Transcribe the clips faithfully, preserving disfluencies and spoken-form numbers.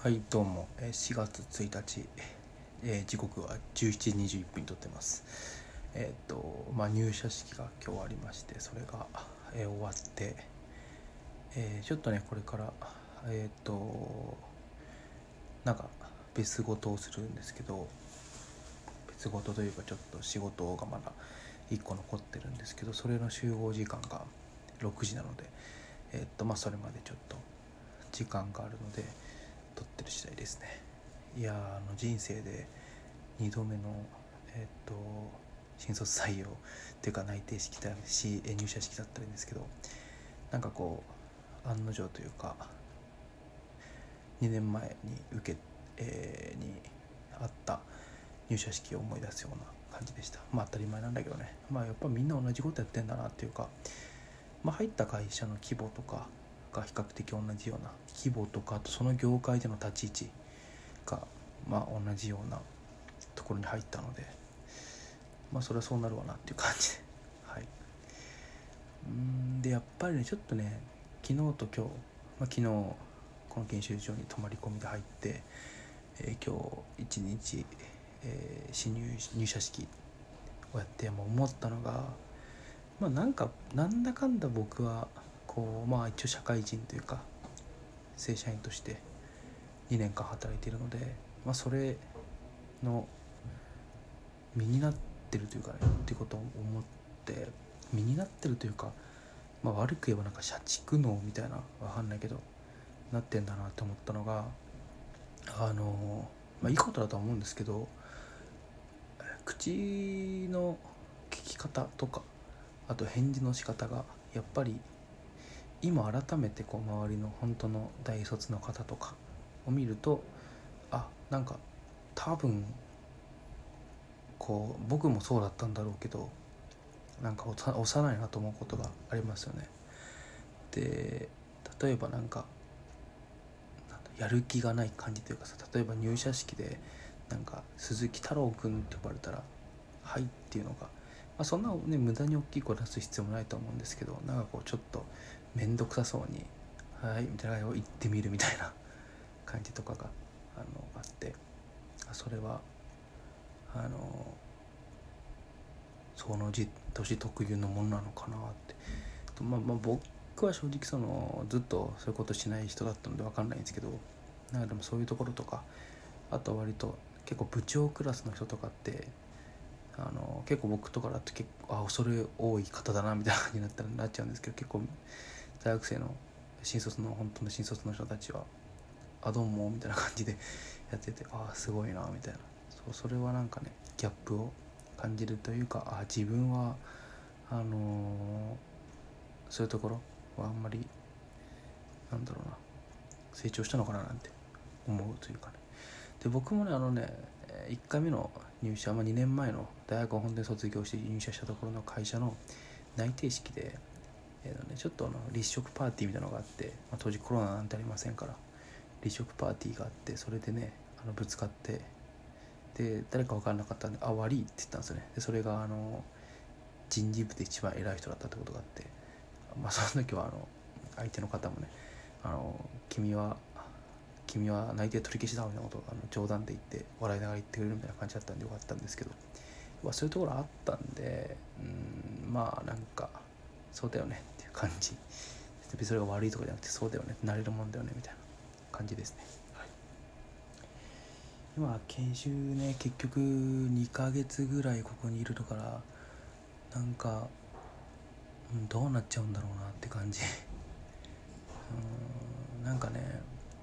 はい、どうも。えーしがつついたち、えー時刻はじゅうしちじにじゅういっぷんに撮ってます。えっ、とまあ入社式が今日ありまして、それが、えー終わって、えーちょっとねこれからえっ、となんか別事をするんですけど、別事というかちょっと仕事がまだいっこ残ってるんですけど、それの集合時間がろくじなので、えっ、とまあそれまでちょっと時間があるので撮ってる次第ですね。いやー、あの人生でにどめのえっと新卒採用っていうか内定式だし入社式だったんですけど、なんかこう案の定というかにねんまえに受け、えー、にあった入社式を思い出すような感じでした。まあ当たり前なんだけどね、まあやっぱみんな同じことやってんだなっていうか、まあ入った会社の規模とかが比較的同じような規模とか、あとその業界での立ち位置がまあ同じようなところに入ったので、まあそれはそうなるわなっていう感じで、はい。うんでやっぱりねちょっとね昨日と今日、まあ、昨日この研修所に泊まり込みで入って、えー、今日一日、えー、新入入社式をやってもう思ったのが、まあなんかなんだかんだ僕はこうまあ一応社会人というか正社員としてにねんかん働いているので、まあそれの身になってるというかねっていうことを思って、身になってるというか、まあ悪く言えばなんか社畜能みたいな、わかんないけどなってんだなって思ったのが、あのまあいいことだとは思うんですけど、口の聞き方とかあと返事の仕方がやっぱり今改めてこう周りの本当の大卒の方とかを見ると、あなんか多分こう僕もそうだったんだろうけど、なんか幼いなと思うことがありますよね。で例えばなんかやる気がない感じというかさ、例えば入社式でなんか鈴木太郎くんって呼ばれたらはいっていうのが、まあ、そんなね無駄に大きい声出す必要もないと思うんですけど、なんかこうちょっと面倒くさそうにはいみたいなのを言ってみるみたいな感じとかがあのあって、それはあのその年特有のものなのかなって。まあまあ僕は正直そのずっとそういうことしない人だったので分かんないんですけど、なんかでもそういうところとか、あと割と結構部長クラスの人とかってあの結構僕とかだと結構あ恐れ多い方だなみたいな感じになったらなっちゃうんですけど、結構大学生の新卒の本当の新卒の人たちはあどうもみたいな感じでやってて、あすごいなみたいな、そうそれはなんかねギャップを感じるというか、あ自分はあのー、そういうところはあんまりなんだろうな成長したのかななんて思うというかね。で僕もねあのねいっかいめの入社、まあ、にねんまえの大学を本当に卒業して入社したところの会社の内定式で、えーね、ちょっとあの立食パーティーみたいなのがあって、まあ、当時コロナなんてありませんから立食パーティーがあって、それでねあのぶつかって、で誰か分からなかったんであ悪いって言ったんですよね。でそれがあの人事部で一番偉い人だったってことがあって、まあその時はあの相手の方もねあの君は君は内定取り消しだみたいなことをあの冗談で言って笑いながら言ってくれるみたいな感じだったんでよかったんですけど、そういうところあったんで、うんまあなんかそうだよねっていう感じ。別にそれが悪いとかじゃなくてそうだよねなれるもんだよねみたいな感じですね。はい、今研修ね結局にかげつぐらいここにいるからなんか、うん、どうなっちゃうんだろうなって感じ。うんなんかね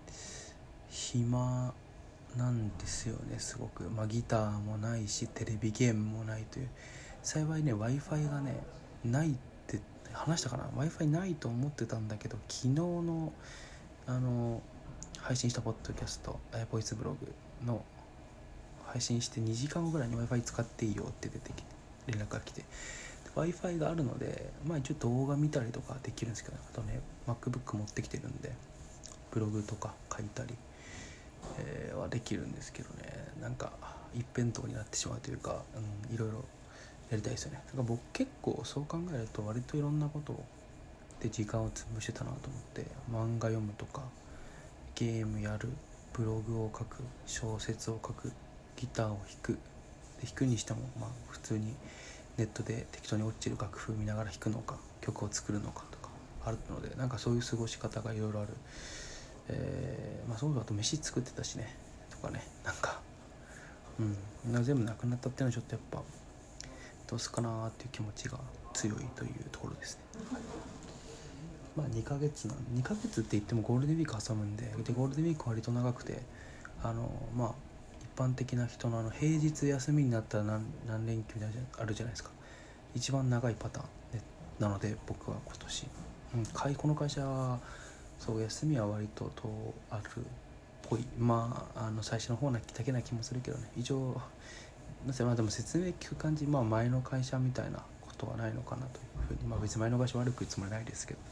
暇なんですよねすごく。まあギターもないしテレビゲームもないという、幸いね Wi-Fi がねないって話したかな。 Wi-Fi ないと思ってたんだけど、昨日のあの配信したポッドキャストボイスブログの配信してにじかんごぐらいに Wi-Fi 使っていいよって出てきて連絡が来て、 Wi-Fi があるのでまあ一応動画見たりとかできるんですけど、あとね MacBook 持ってきてるんでブログとか書いたり、えー、はできるんですけどね、なんか一辺倒になってしまうというか、うん、いろいろやりたいですよね。だから僕結構そう考えると割といろんなことで時間を潰してたなと思って、漫画読むとかゲームやるブログを書く、小説を書く、ギターを弾く、で弾くにしてもまあ普通にネットで適当に落ちる楽譜見ながら弾くのか、曲を作るのかとかあるので、なんかそういう過ごし方がいろいろある。えー、まあそうだと飯作ってたしねとかね、なんかうん全部なくなったっていうのはちょっとやっぱどうすかなーっていう気持ちが強いというところですね。まあにかげつなんにかげつって言ってもゴールデンウィーク挟むんで、でゴールデンウィーク割と長くて、あのまあ一般的な人のあの平日休みになったら 何, 何連休あるじゃないですか。一番長いパターンでなので僕は今年、うん、この会社はそう休みは割ととあるっぽい。まああの最初の方だけな気もするけどね。以上まあでも説明聞く感じ、まあ前の会社みたいなことはないのかなというふうに、まあ別に前の会社悪く言うつもりないですけど、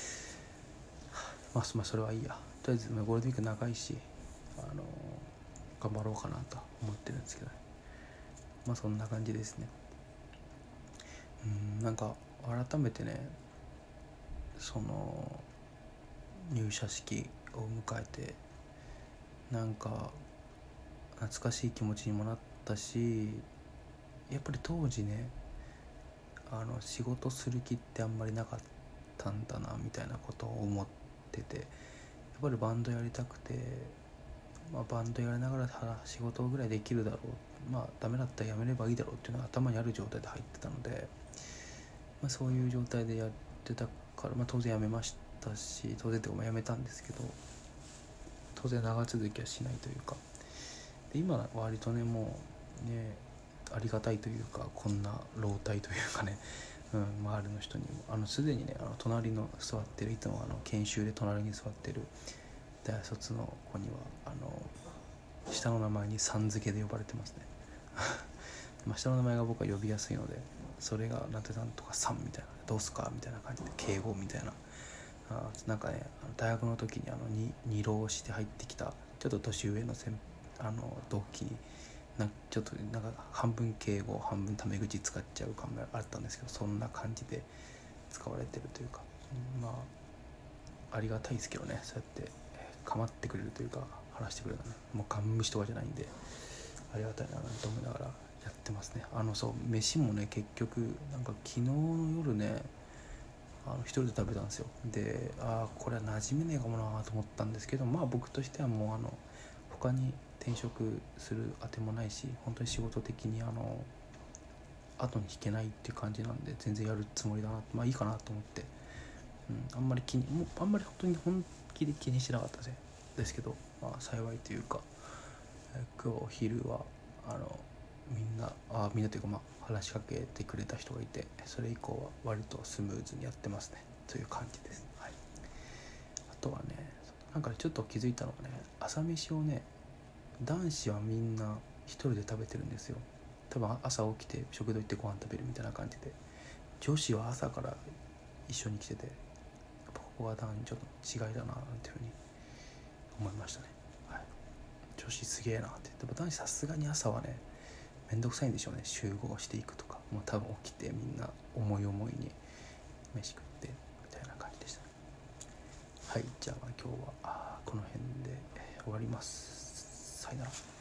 まあ、まあそれはいいや。とりあえずゴールデンウィーク長いし、あの頑張ろうかなと思ってるんですけどね。まあそんな感じですね。うん、なんか改めてね、その入社式を迎えてなんか懐かしい気持ちにもなったし、やっぱり当時ね、あの仕事する気ってあんまりなかったんだなみたいなことを思ってて、やっぱりバンドやりたくて、まあ、バンドやりながら仕事ぐらいできるだろう、まあダメだったらやめればいいだろうっていうのが頭にある状態で入ってたので、まあ、そういう状態でやってたから、まあ、当然やめましたし、当然でもやめたんですけど、当然長続きはしないというか、で今は割とねもうねありがたいというか、こんな老体というかね、うん、周りの人にもあのすでにね、あの隣の座ってる、いつもあの研修で隣に座ってる大卒の子にはあの下の名前にさん付けで呼ばれてますねまあ下の名前が僕は呼びやすいので、それがなんてなんとかさんみたいな、どうすかみたいな感じで敬語みたいな、あなんかね、大学の時にあのに二浪して入ってきたちょっと年上の先あの同期になちょっとなんか半分敬語半分タメ口使っちゃう感があったんですけど、そんな感じで使われてるというか、まあありがたいですけどね、そうやって構ってくれるというか話してくれるのね、もうガン無視とかじゃないんでありがたいなと思いながらやってますね。あのそう飯もね、結局なんか昨日の夜ね、あの一人で食べたんですよ。で、ああこれは馴染めねえかもなと思ったんですけど、まあ僕としてはもうあの他に転職するあてもないし、本当に仕事的にあの後に引けないっていう感じなんで、全然やるつもりだな、まあいいかなと思って、うん、あんまり気にもうあんまり本当に本気で気にしなかったですけど、まあ幸いというか、今日お昼はあのみんなあみんなというかまあ話しかけてくれた人がいて、それ以降は割とスムーズにやってますねという感じです。はい、あとはね、なんかちょっと気づいたのがね、朝飯をね、男子はみんな一人で食べてるんですよ。多分朝起きて食堂行ってご飯食べるみたいな感じで、女子は朝から一緒に来てて、やっぱここは男女の違いだなっていうふうに思いましたね。はい、女子すげえなって。でも男子さすがに朝はねめんどくさいんでしょうね、集合していくとか。もう多分起きてみんな思い思いに飯食ってみたいな感じでしたね。はい、じゃあ今日はあこの辺で終わります。さよなら。